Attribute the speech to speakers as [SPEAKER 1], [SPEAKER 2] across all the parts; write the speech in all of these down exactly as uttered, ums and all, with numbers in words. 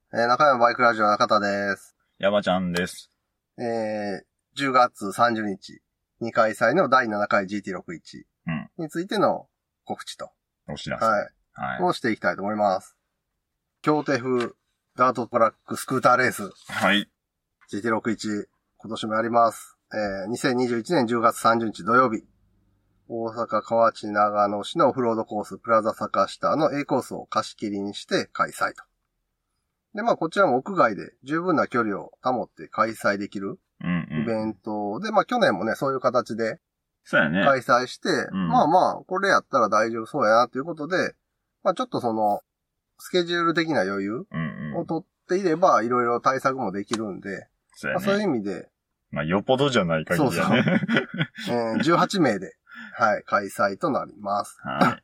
[SPEAKER 1] えー、中山バイクラジオ中田です。
[SPEAKER 2] 山ちゃんです。
[SPEAKER 1] えー、じゅうがつさんじゅうにちに開催のだいななかい ジーティーろくじゅういち についての告知と、
[SPEAKER 2] お知らせ。
[SPEAKER 1] はい。はい。をしていきたいと思います。京手風ダートトラックスクーターレース。
[SPEAKER 2] はい。
[SPEAKER 1] ジーティーろくじゅういち、今年もやります。えー、にせんにじゅういちねんじゅうがつさんじゅうにち土曜日。大阪河内長野市のオフロードコースプラザ坂下の A コースを貸し切りにして開催と。で、まあこちらも屋外で十分な距離を保って開催できるイベントで、うんうん、まあ去年もね、そういう形で開催して、ねうん、まあまあこれやったら大丈夫そうやなということで、まあちょっとそのスケジュール的な余裕を取っていればいろいろ対策もできるんで、そう、ねまあ、そういう意味で、
[SPEAKER 2] まあよっぽどじゃない限りだね。
[SPEAKER 1] そうそう。えー、じゅうはちめいで、はい、開催となります。はい。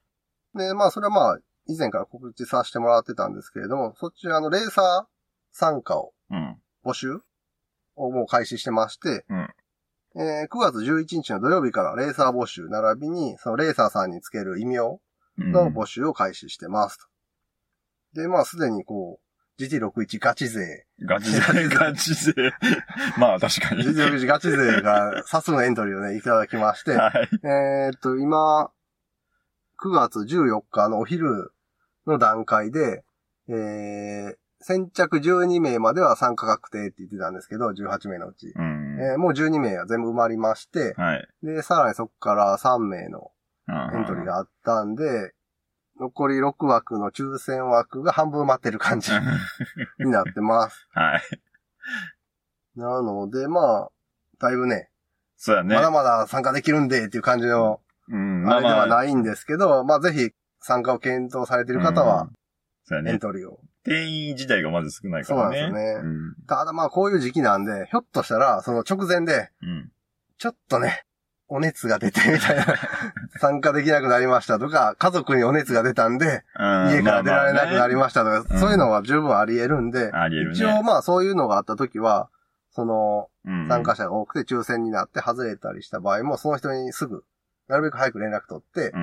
[SPEAKER 1] で、まあそれはまあ、以前から告知させてもらってたんですけれども、そっちあの、レーサー参加を、募集をもう開始してまして、うんえー、くがつじゅういちにちの土曜日からレーサー募集並びに、そのレーサーさんにつける異名の募集を開始してますと。うん、で、まあすでにこう、ジーティーろくじゅういち ガチ勢。
[SPEAKER 2] ガチ勢、ガチ勢。まあ確かに。
[SPEAKER 1] ジーティーろくじゅういち ガチ勢が多数のエントリーをね、いただきまして、はい、えーっと、今、くがつじゅうよっかのお昼の段階で、えー、先着じゅうにめいまでは参加確定って言ってたんですけど、じゅうはちめいのうち。うんえー、もうじゅうにめいは全部埋まりまして、はい、で、さらにそこからさんめいのエントリーがあったんで、残りろくわくの抽選枠が半分埋まってる感じになってます。はい。なので、まあ、だいぶね、
[SPEAKER 2] そうやね。
[SPEAKER 1] まだまだ参加できるんでっていう感じの、うん、あれではないんですけど、まあ、まあ、ぜひ参加を検討されている方は、そうやね。エントリーを。
[SPEAKER 2] 定員自体がまず少ないからね。
[SPEAKER 1] そうなんですよね。うん、ただまあ、こういう時期なんで、ひょっとしたら、その直前で、うん、ちょっとね、お熱が出てみたいな、参加できなくなりましたとか、家族にお熱が出たんで、家から出られなくなりましたとか、まあまあね、そういうのは十分あり得るんで、うん、一応まあそういうのがあった時は、その、参加者が多くて抽選になって外れたりした場合も、その人にすぐ、なるべく早く連絡取って、うん、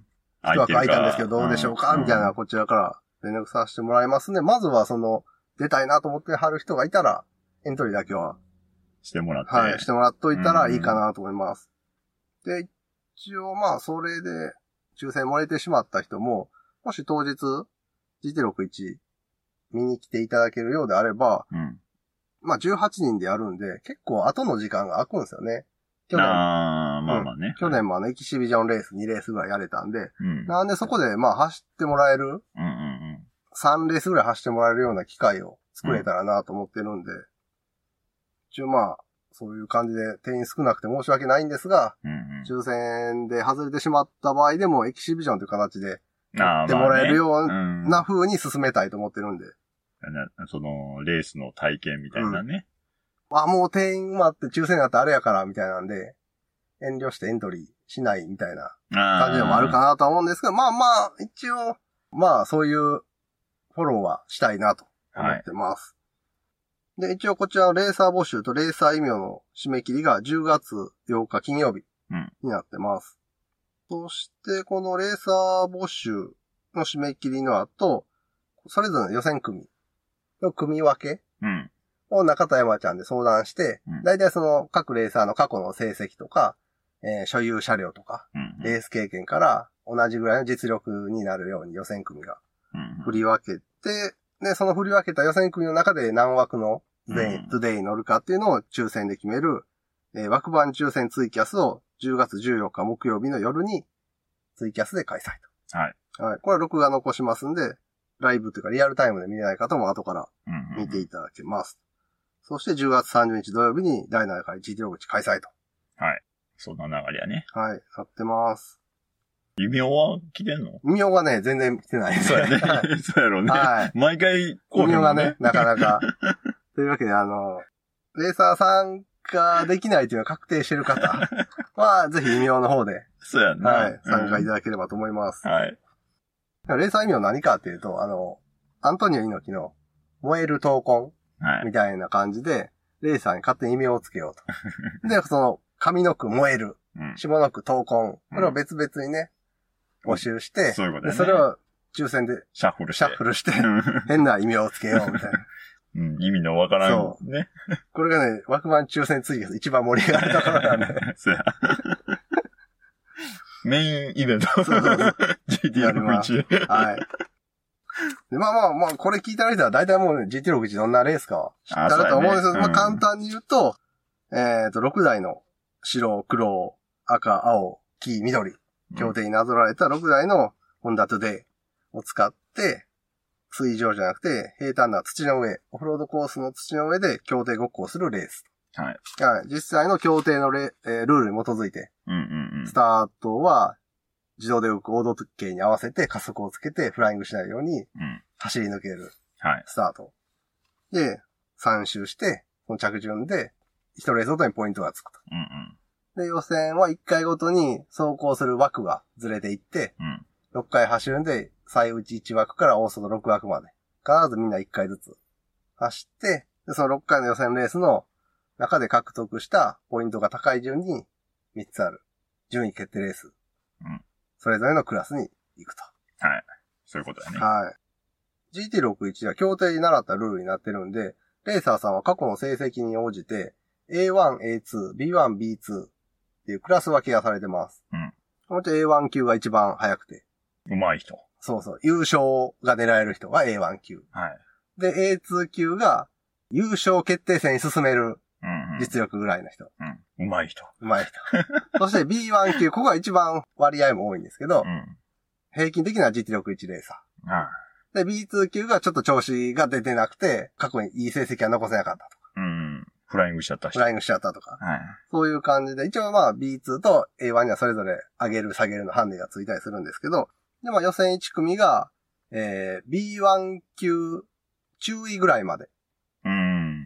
[SPEAKER 1] 一枠空いたんですけどどうでしょうか、うん、みたいなこちらから連絡させてもらいますんで、まずはその、出たいなと思ってはる人がいたら、エントリーだけは、
[SPEAKER 2] してもらって。
[SPEAKER 1] はい、してもらっといたらいいかなと思います。で、一応まあ、それで、抽選漏れてしまった人も、もし当日、ジーティーろくじゅういち 見に来ていただけるようであれば、うん、まあ、じゅうはちにんでやるんで、結構後の時間が空くんですよね。去年。
[SPEAKER 2] あー、まあまあね。うん、
[SPEAKER 1] 去年もあの、エキシビジョンレースにレースぐらいやれたんで、うん、なんでそこでまあ、走ってもらえる、うんうんうん、さんレースぐらい走ってもらえるような機会を作れたらなと思ってるんで、うん、一応まあ、そういう感じで定員少なくて申し訳ないんですが、うんうん、抽選で外れてしまった場合でもエキシビジョンという形でやってもらえるような風に進めたいと思ってるんで。
[SPEAKER 2] その、レースの体験みたいなね。
[SPEAKER 1] うん、あ、もう定員埋まって抽選になってあれやからみたいなんで、遠慮してエントリーしないみたいな感じでもあるかなとは思うんですが、まあまあ、一応、まあそういうフォローはしたいなと思ってます。はい、で、一応こちらのレーサー募集とレーサー異名の締め切りがじゅうがつようか金曜日になってます。うん、そしてこのレーサー募集の締め切りの後、それぞれの予選組の組み分けを中田山ちゃんで相談して、うん、だいたいその各レーサーの過去の成績とか、えー、所有車両とか、うんうん、レース経験から同じぐらいの実力になるように予選組が振り分けて、で、その振り分けた予選組の中で何枠のトゥデイに乗るかっていうのを抽選で決める、えー、枠番抽選ツイキャスをじゅうがつじゅうよっか木曜日の夜にツイキャスで開催と。はい。はい。これは録画残しますんで、ライブというかリアルタイムで見れない方も後から見ていただけます。うんうんうん、そしてじゅうがつさんじゅうにち土曜日にだいななかい ジーティーろくじゅういち開催と。
[SPEAKER 2] はい。そんな流れやね。
[SPEAKER 1] はい。なってます。
[SPEAKER 2] 異名は来てんの？
[SPEAKER 1] 異名はね、全然来てない。
[SPEAKER 2] そうやね。そうやろうね。はい。毎回
[SPEAKER 1] こう、ね。異名がね、なかなか。というわけで、あの、レーサー参加できないというのは確定してる方は、ぜひ異名の方で。
[SPEAKER 2] そうやね。
[SPEAKER 1] はい。参加いただければと思います。
[SPEAKER 2] うん、はい。
[SPEAKER 1] レーサー異名何かっていうと、あの、アントニオ猪木の燃える闘魂みたいな感じで、はい、レーサーに勝手に異名をつけようと。で、その、上の句燃える、うん、下の句闘魂、これを別々にね、募集して、
[SPEAKER 2] そういうことね。
[SPEAKER 1] でそれを抽選で
[SPEAKER 2] シャッフルして、
[SPEAKER 1] シャッフルして変な異名をつけようみたいな。
[SPEAKER 2] うん、意味のわからん。
[SPEAKER 1] そう。
[SPEAKER 2] ね。
[SPEAKER 1] これがね、枠番抽選ツイート一番盛り上がるところなんで。
[SPEAKER 2] そうや。メインイベント。そうそうそう。ジーティーろくじゅういち。
[SPEAKER 1] はい。でまあまあまあ、これ聞いた人は大体もうね、ジーティーろくじゅういち どんなレースかは知ったらと思うんですけど、ね、まあ簡単に言うと、えっと、ろくだいの白、黒、赤、青、黄、緑、協定になぞられたろくだいのホンダトゥデイを使って、水上じゃなくて、平坦な土の上、オフロードコースの土の上で協定ごっこをするレース。
[SPEAKER 2] はい。
[SPEAKER 1] はい。実際の協定のレ、えー、ルールに基づいて、
[SPEAKER 2] うんうんうん、
[SPEAKER 1] スタートは自動で動くオード時計に合わせて加速をつけてフライングしないように走り抜けるスタート。はい、で、さん周して、その着順でいちレースごとにポイントがつくと。
[SPEAKER 2] うんうん、で、
[SPEAKER 1] 予選はいっかいごとに走行する枠がずれていって、うん、ろっかい走るんで、最内いち枠から大外ろく枠まで。必ずみんないっかいずつ走って、でそのろっかいの予選レースの中で獲得したポイントが高い順にみっつある順位決定レース。うん、それぞれのクラスに行くと。
[SPEAKER 2] はい。そういうことだね。
[SPEAKER 1] はい。ジーティーろくじゅういち は協定に習ったルールになってるんで、レーサーさんは過去の成績に応じて エーワン、エーツー、ビーワン、ビーツー っていうクラス分けがされてます。うん。もちろん エーワン 級が一番速くて。
[SPEAKER 2] 上手い人。
[SPEAKER 1] そうそう。優勝が狙える人が エーワン 級。はい。で、エーツー 級が優勝決定戦に進める実力ぐらいの人。
[SPEAKER 2] うん。上手い人。
[SPEAKER 1] 上手い人。そして ビーワン 級、ここが一番割合も多いんですけど、うん、平均的な ジーティーろくじゅういち レーサー。うん、で、ビーツー 級がちょっと調子が出てなくて、過去にいい成績は残せなかったとか。
[SPEAKER 2] うん。フライングしちゃった
[SPEAKER 1] 人。フライングしちゃったとか。はい。そういう感じで、一応まあ ビーツー と エーワン にはそれぞれ上げる下げるのハンデがついたりするんですけど、で、まあ予選いち組が、えー、ビーワン 級中位ぐらいまで。うん。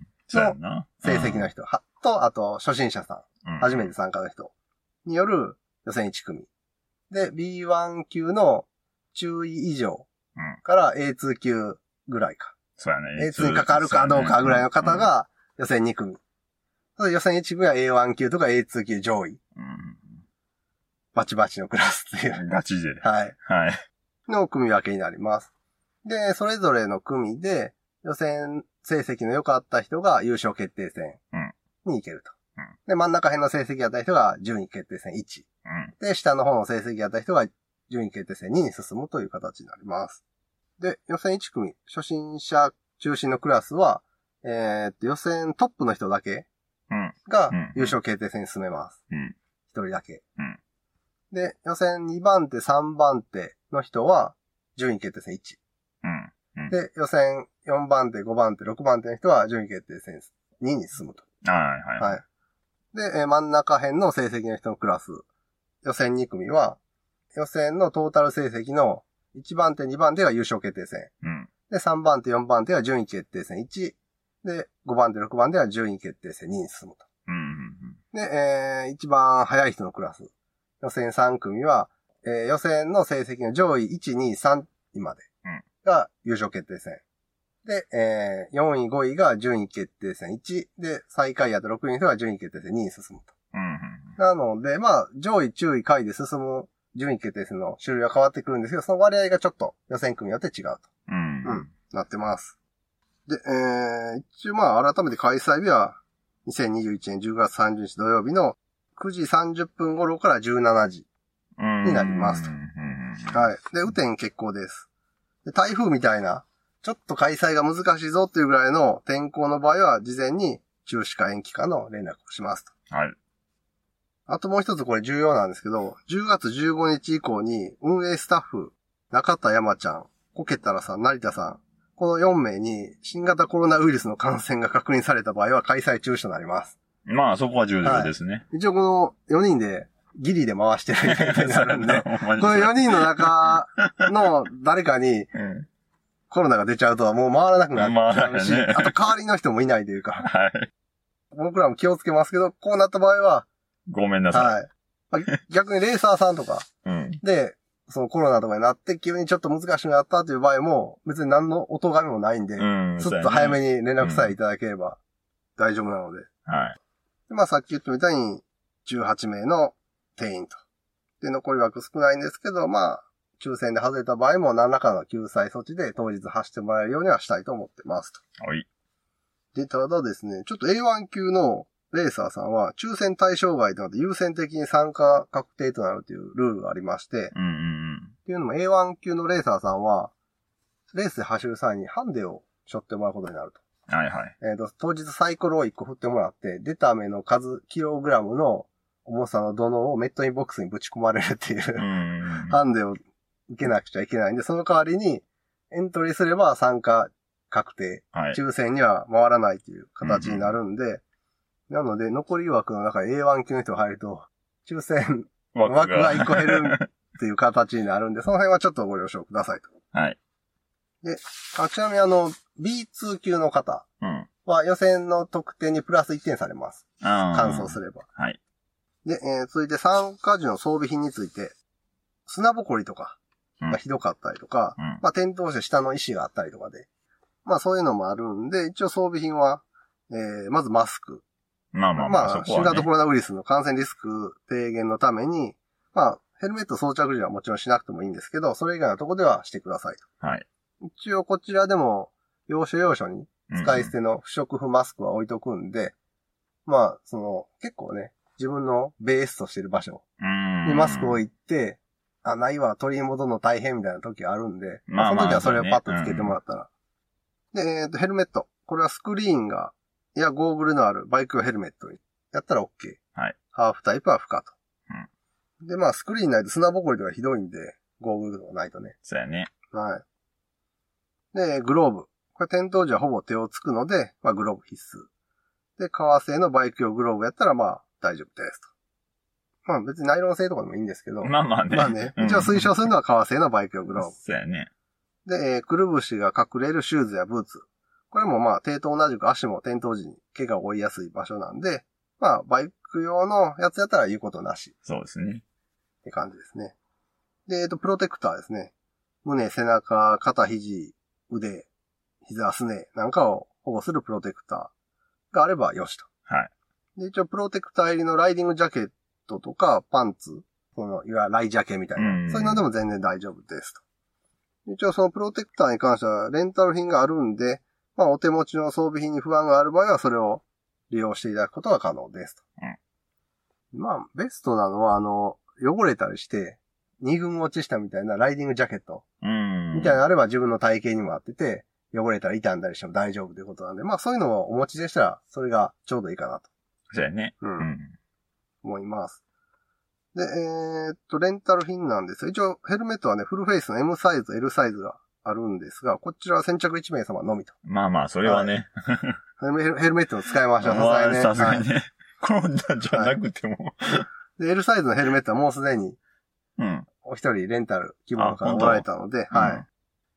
[SPEAKER 1] そうやな。成績の人。は、と、あと、初心者さん。うん、初めて参加の人。による予選いち組。で、ビーワン 級の中位以上から エーツー 級ぐらいか。
[SPEAKER 2] そうやね。
[SPEAKER 1] エーツー にかかるかどうかぐらいの方が予選に組。うん、予選いち組は エーワン 級とか エーツー 級上位。うん、バチバチのクラスっていう。
[SPEAKER 2] ガチで。
[SPEAKER 1] はい。はい。の組分けになります。で、それぞれの組で予選成績の良かった人が優勝決定戦に行けると。うん、で、真ん中辺の成績があった人が順位決定戦いち。うん、で、下の方の成績があった人が順位決定戦にに進むという形になります。で、予選いち組、初心者中心のクラスは、えー、っと、予選トップの人だけが優勝決定戦に進めます。うん、ひとりだけ。うん、で、予選にばん手、さんばん手の人は順位決定戦いち。うんうん、で、予選よんばん手、ごばん手、ろくばん手の人は順位決定戦にに進むと。はいはい。はい。で、えー、真ん中辺の成績の人のクラス、予選に組は、予選のトータル成績のいちばん手、にばん手が優勝決定戦。うん、で、さんばん手、よんばん手は順位決定戦いち。で、ごばん手、ろくばん手は順位決定戦にに進むと。うんうんうん、で、えー、一番早い人のクラス。予選さん組は、えー、予選の成績の上位いち、に、さんいまでが優勝決定戦。で、えー、よんい、ごいが順位決定戦いち。で、最下位やとろくいの人が順位決定戦にに進むと。うんうん、なので、まあ、上位、中位、下位で進む順位決定戦の種類は変わってくるんですけど、その割合がちょっと予選組によって違うと。うん。うん。なってます。で、えー、一応まあ、改めて開催日は、にせんにじゅういちねんじゅうがつさんじゅうにち土曜日のくじさんじゅっぷん頃からじゅうしちじになりますと。はい。で、雨天決行です。で、台風みたいな、ちょっと開催が難しいぞっていうぐらいの天候の場合は、事前に中止か延期かの連絡をしますと。はい。あともう一つこれ重要なんですけど、じゅうがつじゅうごにち以降に運営スタッフ、中田山ちゃん、コケタラさん、成田さん、このよんめいに新型コロナウイルスの感染が確認された場合は開催中止となります。
[SPEAKER 2] まあそこは重要ですね。
[SPEAKER 1] はい、一応このよにんでギリで回してるイベントになるんで、このよにんの中の誰かにコロナが出ちゃうとはもう回らなくなっちゃうし、ね、あと代わりの人もいないというか、はい、僕らも気をつけますけど、こうなった場合は、
[SPEAKER 2] ごめんなさい。
[SPEAKER 1] はい、逆にレーサーさんとかで、うん、そのコロナとかになって急にちょっと難しくなったという場合も別に何のお咎めもないんで、うん、すっと早めに連絡さえいただければ大丈夫なので。はい。でまあさっき言ったみたいにじゅうはちめいの定員と。で、残り枠少ないんですけど、まあ、抽選で外れた場合も何らかの救済措置で当日走ってもらえるようにはしたいと思ってますと。はい。 で、ただですね、ちょっと エーワン 級のレーサーさんは抽選対象外となって優先的に参加確定となるというルールがありまして、
[SPEAKER 2] うんうんうん。
[SPEAKER 1] っていうのも エーワン 級のレーサーさんは、レースで走る際にハンデを背負ってもらうことになると。
[SPEAKER 2] はいはい。
[SPEAKER 1] えっと、当日サイコロをいっこ振ってもらって、出た目の数、キログラムの重さの土のをメットインボックスにぶち込まれるっていう、
[SPEAKER 2] うん、
[SPEAKER 1] ハンデを受けなくちゃいけないんで、その代わりにエントリーすれば参加確定、はい、抽選には回らないという形になるんで、うんうん、なので残り枠の中に エーワン 級の人が入ると、抽選枠がいっこ減るっていう形になるんで、その辺はちょっとご了承くださいと。
[SPEAKER 2] はい。
[SPEAKER 1] で、あちなみにあの、ビーツー 級の方は予選の得点にプラスいってんされます。うん、完走すれば。
[SPEAKER 2] はい。
[SPEAKER 1] で、えー、続いて参加時の装備品について、砂ぼこりとかがひどかったりとか、うん、まあ転倒して下の石があったりとかで、まあそういうのもあるんで、一応装備品は、えー、まずマスク。
[SPEAKER 2] まあまあまあ、まあ、
[SPEAKER 1] 新型コロナウイルスの感染リスク低減のために、まあヘルメット装着時はもちろんしなくてもいいんですけど、それ以外のところではしてくださいと。
[SPEAKER 2] はい。
[SPEAKER 1] 一応こちらでも、要所要所に使い捨ての不織布マスクは置いとくんで、うん、まあ、その、結構ね、自分のベースとしてる場所にマスクを置いて、あ、ないわ、取り戻るの大変みたいな時あるんで、まあ、その時はそれをパッとつけてもらったら。うん、で、えっと、ヘルメット。これはスクリーンが、いや、ゴーグルのあるバイク用ヘルメットにやったら OK。
[SPEAKER 2] はい。
[SPEAKER 1] ハーフタイプは不可と。うん、で、まあ、スクリーンないと砂ぼこりとかひどいんで、ゴーグルとかないとね。
[SPEAKER 2] そうやね。
[SPEAKER 1] はい。で、グローブ。これ転倒時はほぼ手をつくので、まあグローブ必須。で、革製のバイク用グローブやったらまあ大丈夫ですと。まあ別にナイロン製とかでもいいんですけど。
[SPEAKER 2] まあまあね。
[SPEAKER 1] まあね。一応推奨するのは革製のバイク用グローブ。
[SPEAKER 2] そうやね。
[SPEAKER 1] で、えー、くるぶしが隠れるシューズやブーツ。これもまあ手と同じく足も転倒時に怪我を負いやすい場所なんで、まあバイク用のやつやったら言うことなし。
[SPEAKER 2] そうですね。
[SPEAKER 1] って感じですね。で、えっと、プロテクターですね。胸、背中、肩、肘、腕、膝、すねなんかを保護するプロテクターがあればよしと。
[SPEAKER 2] はい。
[SPEAKER 1] で、一応プロテクター入りのライディングジャケットとかパンツ、その、いわゆるライジャケみたいな、そういうのでも全然大丈夫ですと。一応そのプロテクターに関してはレンタル品があるんで、まあお手持ちの装備品に不安がある場合はそれを利用していただくことが可能ですと。うん、まあ、ベストなのはあの、汚れたりして、二軍落ちしたみたいなライディングジャケット。みたいなのあれば自分の体型にも合ってて、汚れたら傷んだりしても大丈夫ということなんで、まあそういうのをお持ちでしたら、それがちょうどいいかなと。
[SPEAKER 2] そうやね。
[SPEAKER 1] うん。うん、思います。で、えー、っと、レンタル品なんですよ。一応ヘルメットはね、フルフェイスの エム サイズ、L サイズがあるんですが、こちらは先着いち名様のみと。
[SPEAKER 2] まあまあ、それはね。
[SPEAKER 1] はい、ヘルメットの使い回しはさすがにね。
[SPEAKER 2] さすがにね。こんなんじゃなくても、はい。
[SPEAKER 1] で、L サイズのヘルメットはもうすでに、うん。お一人レンタル希望の方がおられたので、はい。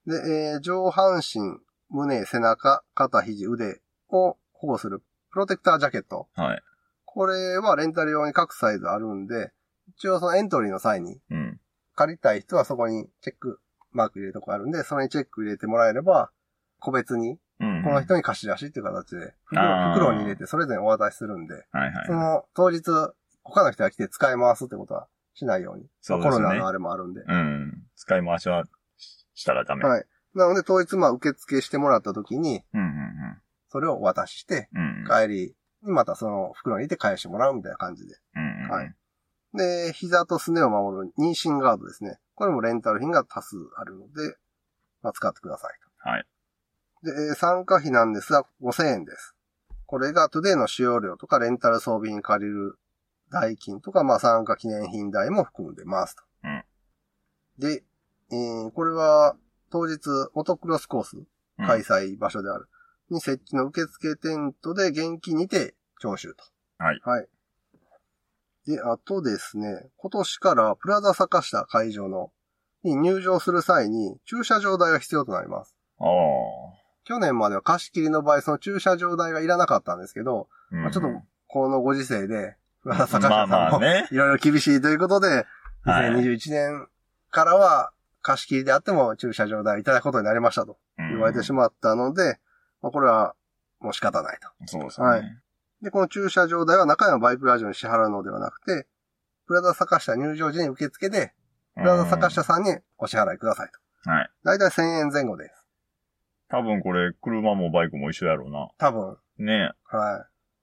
[SPEAKER 1] うん、で、えー、上半身、胸、背中、肩、肘、腕を保護するプロテクタージャケット。
[SPEAKER 2] はい。
[SPEAKER 1] これはレンタル用に各サイズあるんで、一応そのエントリーの際に、うん、借りたい人はそこにチェックマーク入れるとこあるんで、それにチェック入れてもらえれば、個別に、この人に貸し出しっていう形で袋、袋に入れてそれぞれお渡しするんで、
[SPEAKER 2] はいはい、
[SPEAKER 1] その当日、他の人が来て使い回すってことはしないように。そうですね。コロナのあれもあるんで。
[SPEAKER 2] うん。使い回しはしたらダメ。
[SPEAKER 1] はい。なので当日まあ受付してもらった時に、
[SPEAKER 2] うんうんうん、
[SPEAKER 1] それをお渡しして、うんうん、帰りにまたその袋に入れて返してもらうみたいな感じで。
[SPEAKER 2] うんうん、はい。
[SPEAKER 1] で、膝とすねを守る妊娠ガードですね。これもレンタル品が多数あるので、まあ、使ってください
[SPEAKER 2] と。はい。
[SPEAKER 1] で、参加費なんですがごせんえんです。これがトゥデイの使用料とかレンタル装備品借りる代金とか、まあ参加記念品代も含んでますと。
[SPEAKER 2] うん、
[SPEAKER 1] で、えー、これは当日モトクロスコース開催場所である、うん、に設置の受付テントで現金にて徴収と。
[SPEAKER 2] はい。
[SPEAKER 1] はい。で、あとですね、今年からプラザ坂下会場のに入場する際に駐車場代が必要となります。
[SPEAKER 2] ああ。
[SPEAKER 1] 去年までは貸し切りの場合その駐車場代がいらなかったんですけど、うんまあ、ちょっとこのご時世でプラザ坂下さんもいろいろ厳しいということで、にせんにじゅういちねんからは貸し切りであっても駐車場代いただくことになりましたと言われてしまったので、まあ、これはもう仕方ないと。
[SPEAKER 2] そうですね。
[SPEAKER 1] はい。で、この駐車場代は中山バイクラジオに支払うのではなくて、プラザ坂下入場時に受付で、プラザ坂下さんにお支払いくださいと。
[SPEAKER 2] はい。
[SPEAKER 1] だいたいせんえんぜん後です。
[SPEAKER 2] 多分これ、車もバイクも一緒やろうな。
[SPEAKER 1] 多分。
[SPEAKER 2] ね。
[SPEAKER 1] はい。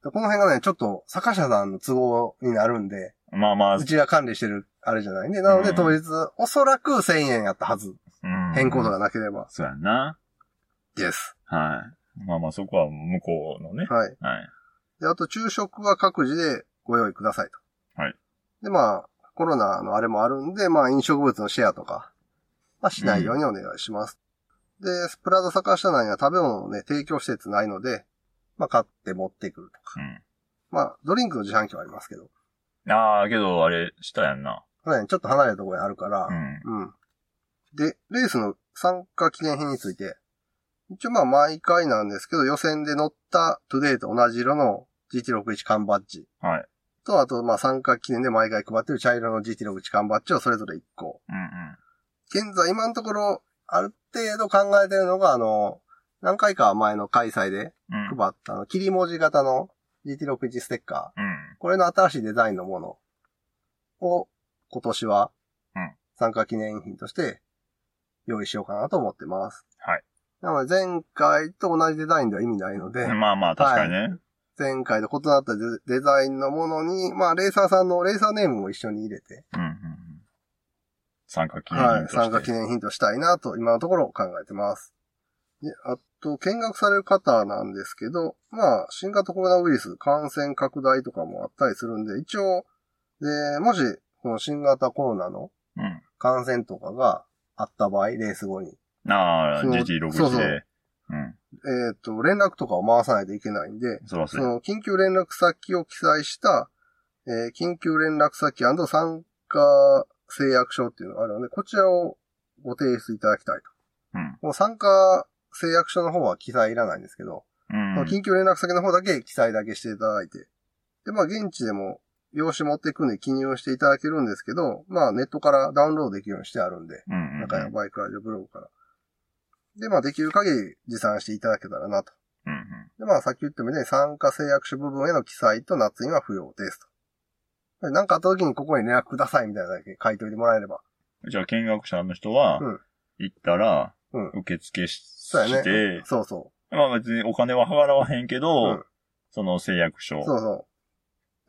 [SPEAKER 1] この辺がね、ちょっと坂下さんの都合になるんで、
[SPEAKER 2] まあまあ。
[SPEAKER 1] うちが管理してるあれじゃないんで、なので当日、おそらくせんえんやったはず。うん、変更とかなければ。
[SPEAKER 2] そうやな。
[SPEAKER 1] です。
[SPEAKER 2] はい。まあまあそこは向こうのね。
[SPEAKER 1] はい。はい。で、あと昼食は各自でご用意くださいと。はい。で、まあ、コロナのあれもあるんで、まあ飲食物のシェアとか、まあしないようにお願いします。うん、で、プラザ坂下内には食べ物のね、提供施設ないので、まあ買って持ってくるとか。うん。まあ、ドリンクの自販機はありますけど。
[SPEAKER 2] ああ、けど、あれ、下やんな。
[SPEAKER 1] はい、ちょっと離れたところにあるから。うん。うん。で、レースの参加記念品について、一応まあ毎回なんですけど、予選で乗ったトゥデイと同じ色の ジーティーろくじゅういち 缶バッジ。はい。と、あとまあ参加記念で毎回配ってる茶色の ジーティーろくじゅういち 缶バッジをそれぞれいっこ。うんうん。現在今のところ、ある程度考えてるのが、あの、何回か前の開催で配ったの、うん、切り文字型の ジーティーろくじゅういち ステッカー。うん。これの新しいデザインのものを今年は参加記念品として用意しようかなと思ってます。はい。なので前回と同じデザインでは意味ないので。
[SPEAKER 2] まあまあ確かにね。はい、
[SPEAKER 1] 前回と異なったデザインのものに、まあレーサーさんのレーサーネームも一緒に入れて。うんうんうん、
[SPEAKER 2] 参加記念品として。
[SPEAKER 1] はい。参加記念品としたいなと今のところ考えてます。で、あと、見学される方なんですけど、まあ、新型コロナウイルス感染拡大とかもあったりするんで、一応、で、もし、この新型コロナの感染とかがあった場合、レース後に。
[SPEAKER 2] ああ、ジーティーろくじゅういち で。そうそう。
[SPEAKER 1] うん、えっと、連絡とかを回さないといけないんで、そ, その緊急連絡先を記載した、えー、緊急連絡先&参加誓約書っていうのがあるので、こちらをご提出いただきたいと。うん、この参加誓約書の方は記載いらないんですけど、うん、緊急連絡先の方だけ記載だけしていただいて、で、まあ現地でも用紙持っていくんで記入していただけるんですけど、まあネットからダウンロードできるようにしてあるんで、うんうんうん、中山バイクラジオブログから。で、まあできる限り持参していただけたらなと。うんうん、で、まあさっき言ったみたいに参加誓約書部分への記載と捺印は不要ですと。なんかあった時にここに連絡くださいみたいなだけ書いておいてもらえれば。
[SPEAKER 2] じゃあ見学者の人は、うん、行ったら、うん、受付し、
[SPEAKER 1] そうやね。
[SPEAKER 2] して、
[SPEAKER 1] そうそう。
[SPEAKER 2] まあ別にお金は払わへんけど、うん、その誓約書。
[SPEAKER 1] そうそう。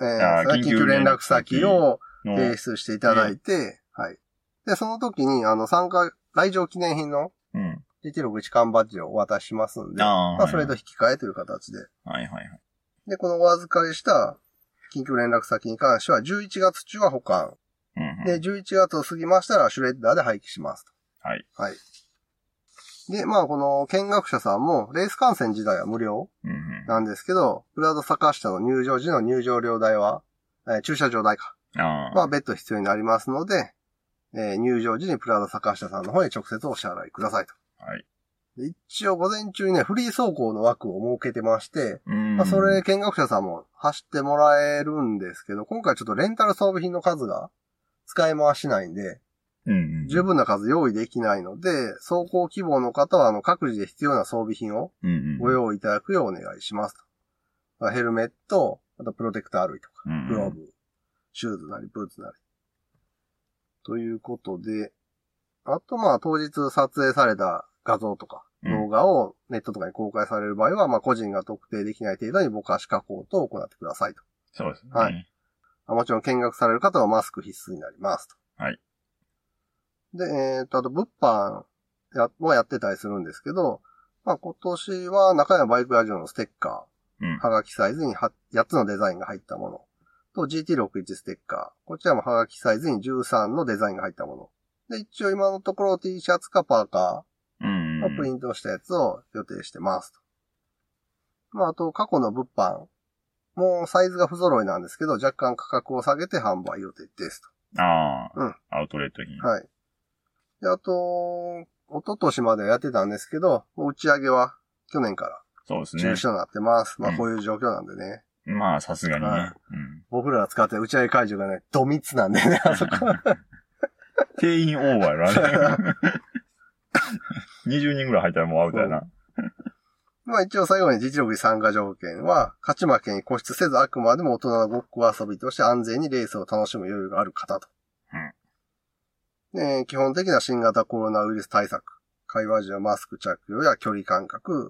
[SPEAKER 1] えー、緊急連絡先を提出していただいて、はい。で、その時に、あの、参加、来場記念品の、うん。ジーティーろくじゅういち 缶バッジをお渡ししますんで、あまあ、それと引き換えという形で。はいはいはい。で、このお預かりした緊急連絡先に関しては、じゅういちがつ中は保管。うんうん、で、じゅういちがつを過ぎましたら、シュレッダーで廃棄しますと。はい。はい。で、まあ、この見学者さんも、レース観戦自体は無料なんですけど、プラザ坂下の入場時の入場料代は、えー、駐車場代か。あまあ、別途必要になりますので、えー、入場時にプラザ坂下さんの方へ直接お支払いくださいと。はい。一応午前中にね、フリー走行の枠を設けてまして、まあ、それ見学者さんも走ってもらえるんですけど、今回ちょっとレンタル装備品の数が使い回しないんで、うんうん、十分な数用意できないので、走行希望の方はあの各自で必要な装備品をご用意いただくようお願いしますと。ヘルメット、あとプロテクター類とか、グローブ、シューズなりブーツなり。ということで、あとまあ当日撮影された画像とか動画をネットとかに公開される場合は、まあ個人が特定できない程度にぼかし加工等を行ってくださいと。
[SPEAKER 2] そうですね。
[SPEAKER 1] はい。もちろん見学される方はマスク必須になりますと。はい。で、えっと、あと物販やもやってたりするんですけど、まあ今年は中山バイクラジオのステッカー、うん、はがきサイズにやっつのデザインが入ったものと ジーティーろくじゅういち ステッカー、こちらもはがきサイズにじゅうさんのデザインが入ったもの。で、一応今のところ T シャツかパーカーのプリントしたやつを予定してますと。まああと過去の物販もうサイズが不揃いなんですけど、若干価格を下げて販売予定ですと。
[SPEAKER 2] ああ、うん。アウトレット品。
[SPEAKER 1] はい。で、あと、一昨年までやってたんですけど、打ち上げは去年から
[SPEAKER 2] そうですね。
[SPEAKER 1] 中止となってます。まあこういう状況なんでね。
[SPEAKER 2] うん、まあさすがにね、はい
[SPEAKER 1] うん。僕らが使ってる打ち上げ会場がね、ド密なんでね、あそこ。
[SPEAKER 2] 定員オーバーやな。にじゅうにんぐらい入ったらもうアウトやな。
[SPEAKER 1] まあ一応最後に実力参加条件は、勝ち負けに固執せずあくまでも大人のごっこ遊びとして安全にレースを楽しむ余裕がある方と。うん、で基本的な新型コロナウイルス対策。会話時はマスク着用や距離感覚、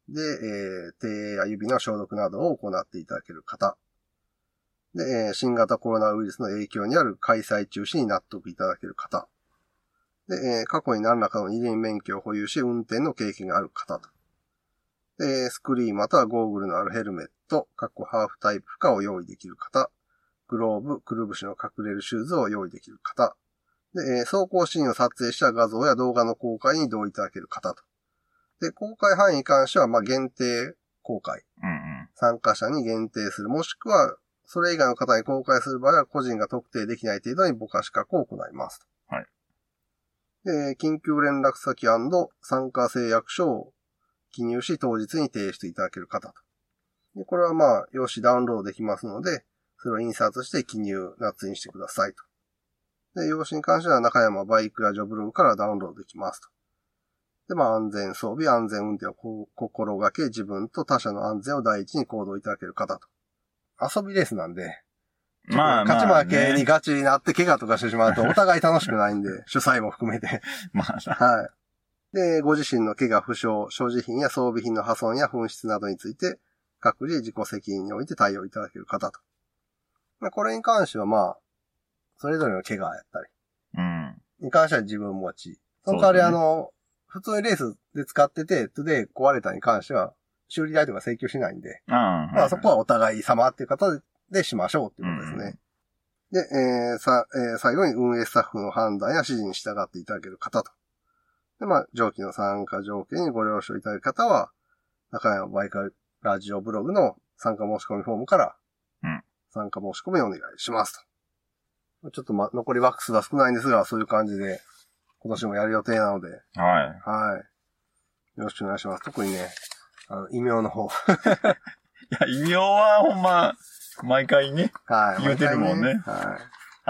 [SPEAKER 1] で、えー、手や指の消毒などを行っていただける方。で、えー、新型コロナウイルスの影響にある開催中止に納得いただける方。で、えー、過去に何らかの二輪免許を保有し、運転の経験がある方と。で、スクリーンまたはゴーグルのあるヘルメット、ハーフタイプ負荷を用意できる方。グローブ、くるぶしの隠れるシューズを用意できる方。で、えー、走行シーンを撮影した画像や動画の公開に同意いただける方と。で、公開範囲に関しては、まあ、限定公開。
[SPEAKER 2] うんうん。
[SPEAKER 1] 参加者に限定する。もしくは、それ以外の方に公開する場合は、個人が特定できない程度にぼかし加工を行います。
[SPEAKER 2] はい。
[SPEAKER 1] で、緊急連絡先&参加誓約書を記入し、当日に提出いただける方と。で、これはまあ、用紙ダウンロードできますので、それを印刷して記入、捺印してくださいと。で、用紙に関しては中山バイクラジオブログからダウンロードできますと。で、まあ、安全装備、安全運転を心がけ、自分と他者の安全を第一に行動いただける方と。遊びレースなんで、まあ、勝ち負けにガチになって怪我とかしてしまうとお互い楽しくないんで、主催も含めて。
[SPEAKER 2] まあ、
[SPEAKER 1] はい。で、ご自身の怪我、負傷、所持品や装備品の破損や紛失などについて、各自自己責任において対応いただける方と。まあ、これに関してはまあ、それぞれの怪我やったり。
[SPEAKER 2] うん。
[SPEAKER 1] に関しては自分持ち。その代わり、ね、あの、普通にレースで使ってて、トゥデイ壊れたに関しては、修理代とか請求しないんで。
[SPEAKER 2] ああ、
[SPEAKER 1] まあそこはお互い様っていう形でしましょうっていうことですね。うん、で、えー、さ、えー、最後に運営スタッフの判断や指示に従っていただける方と。で、まあ、上記の参加条件にご了承いただく方は、中山バイクラジオブログの参加申し込みフォームから、参加申し込みをお願いしますと。ちょっとま、残りワックスが少ないんですが、そういう感じで、今年もやる予定なので。
[SPEAKER 2] はい。
[SPEAKER 1] はい。よろしくお願いします。特にね、あの、異名の方。
[SPEAKER 2] いや、異名はほんま、毎回ね、
[SPEAKER 1] はい、
[SPEAKER 2] 言うてるもんね。
[SPEAKER 1] ねはい。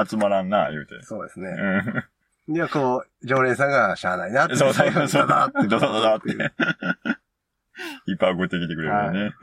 [SPEAKER 2] 集まらんな、言うて。
[SPEAKER 1] そうですね。うん。では、こう、常連さんがしゃあないなって。
[SPEAKER 2] そうそうそう。
[SPEAKER 1] そうだって。
[SPEAKER 2] ドドドドって。いっぱい送ってきてくれるよね。はい、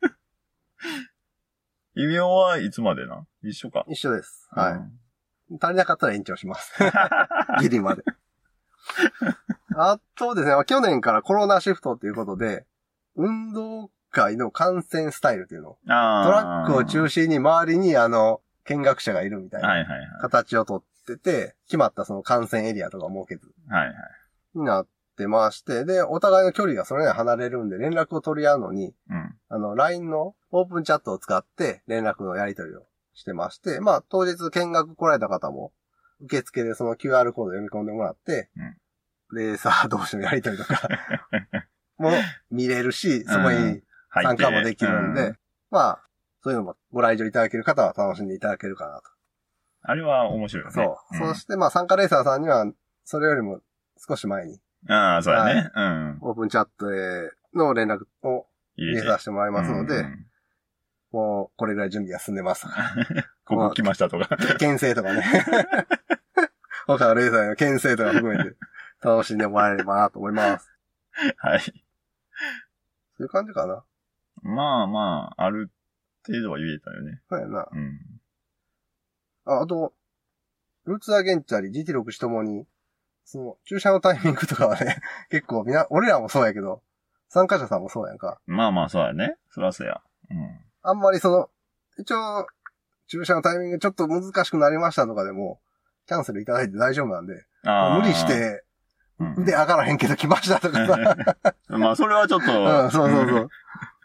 [SPEAKER 2] 異名はいつまでな一緒か。
[SPEAKER 1] 一緒です。はい。うん、足りなかったら延長します。ギリまで。あとですね、去年からコロナシフトっていうことで、運動会の観戦スタイルっていうの。トラックを中心に周りにあの、見学者がいるみたいな形をとってて、決まったその観戦エリアとか設けず。
[SPEAKER 2] はいはい。
[SPEAKER 1] になってまして、で、お互いの距離がそれなりに離れるんで連絡を取り合うのに、うん、あの、ライン のオープンチャットを使って連絡のやり取りをしてまして、まあ、当日見学来られた方も、受付でその キューアール コード読み込んでもらって、うんレーサー同士のやりとりとかも見れるし、そこに参加もできるんで、うん、まあ、そういうのもご来場いただける方は楽しんでいただけるかなと。
[SPEAKER 2] あれは面白いよね。
[SPEAKER 1] そう。うん、そしてまあ参加レーサーさんには、それよりも少し前に。
[SPEAKER 2] ああ、そうだね、はい。うん。
[SPEAKER 1] オープンチャットへの連絡を入れさせてもらいますので、うんうん、もうこれぐらい準備が進んでます。
[SPEAKER 2] ここ来ましたとか。
[SPEAKER 1] 牽制とかね。他のレーサーの牽制とか含めて。楽しんでもらえればなと思います。
[SPEAKER 2] はい。
[SPEAKER 1] そういう感じかな。
[SPEAKER 2] まあまあ、ある程度は言えたよね。
[SPEAKER 1] そうやな。
[SPEAKER 2] うん。
[SPEAKER 1] あ、あと、ルーツアゲンチャリ、ジーティーろく ともに、その、駐車のタイミングとかはね、結構みんな、俺らもそうやけど、参加者さんもそうやんか。
[SPEAKER 2] まあまあ、そうやね。そらそうや。うん。
[SPEAKER 1] あんまりその、一応、駐車のタイミングちょっと難しくなりましたとかでも、キャンセルいただいて大丈夫なんで、無理して、腕上がらへんけど来ましたとかさ。
[SPEAKER 2] まあ、それはちょっと。
[SPEAKER 1] うん、そうそうそう。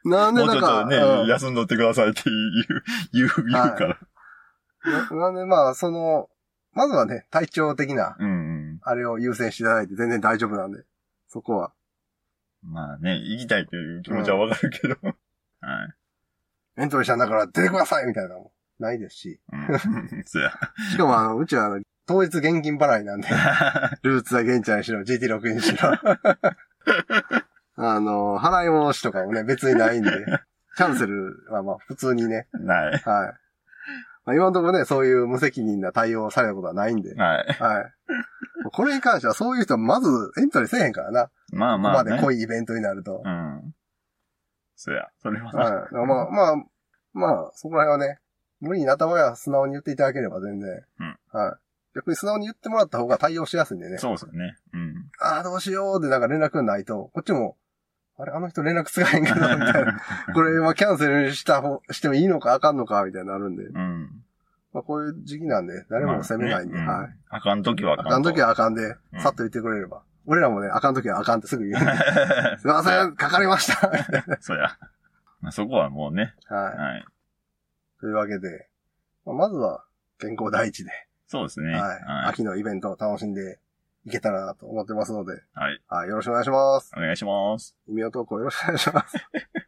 [SPEAKER 1] なんでなんか。
[SPEAKER 2] もうちょっとね、うん、休んどってくださいって言う、言う、言うから。
[SPEAKER 1] な, なんでまあ、その、まずはね、体調的な、あれを優先していただいて全然大丈夫なんで、そこは。
[SPEAKER 2] まあね、行きたいという気持ちはわかるけど。うん、はい。
[SPEAKER 1] エントリーしたんだから出てくださいみたいなのもないですし。
[SPEAKER 2] うん、そうや。
[SPEAKER 1] しかもあの、うちはあの、当日現金払いなんで、ルーツは現地にしろ、ジーティーろく にしろ。あの、払い戻しとかもね、別にないんで、キャンセルはまあ普通にね。
[SPEAKER 2] ない。
[SPEAKER 1] はい。まあ、今のところね、そういう無責任な対応をされたことはないんで。
[SPEAKER 2] はい。
[SPEAKER 1] はい。これに関してはそういう人はまずエントリーせえへんからな。
[SPEAKER 2] まあまあ、ね。
[SPEAKER 1] ここまで濃いイベントになると。
[SPEAKER 2] うん。そうや。それは。
[SPEAKER 1] はい。まあまあ、まあ、そこら辺はね、無理になった場合は素直に言っていただければ全然。うん。はい。逆に素直に言ってもらった方が対応しやすいんでね。
[SPEAKER 2] そうですよね。うん。
[SPEAKER 1] ああ、どうしようでなんか連絡がないと、こっちも、 あれ、あの人連絡つかへんけど、みたいな。これ今キャンセルした方、してもいいのかあかんのかみたいになるんで。
[SPEAKER 2] うん。
[SPEAKER 1] まあこういう時期なんで、誰も責めないんで、
[SPEAKER 2] まあね、
[SPEAKER 1] はい。
[SPEAKER 2] うん。あかんときはあかんと。
[SPEAKER 1] あかんときはあかんで、さっと言ってくれれば。うん、俺らもね、あかんときはあかんってすぐ言うんで。すいません、かかりました。
[SPEAKER 2] そうや。まあ、そこはもうね。
[SPEAKER 1] はい。
[SPEAKER 2] はい。
[SPEAKER 1] というわけで、まあ、まずは健康第一で。
[SPEAKER 2] そうですね。はい。はい、
[SPEAKER 1] 秋のイベントを楽しんでいけたらなと思ってますので。
[SPEAKER 2] はい。
[SPEAKER 1] はい。よろしくお願いします。
[SPEAKER 2] お願いします。
[SPEAKER 1] 意味を投稿よろしくお願いします。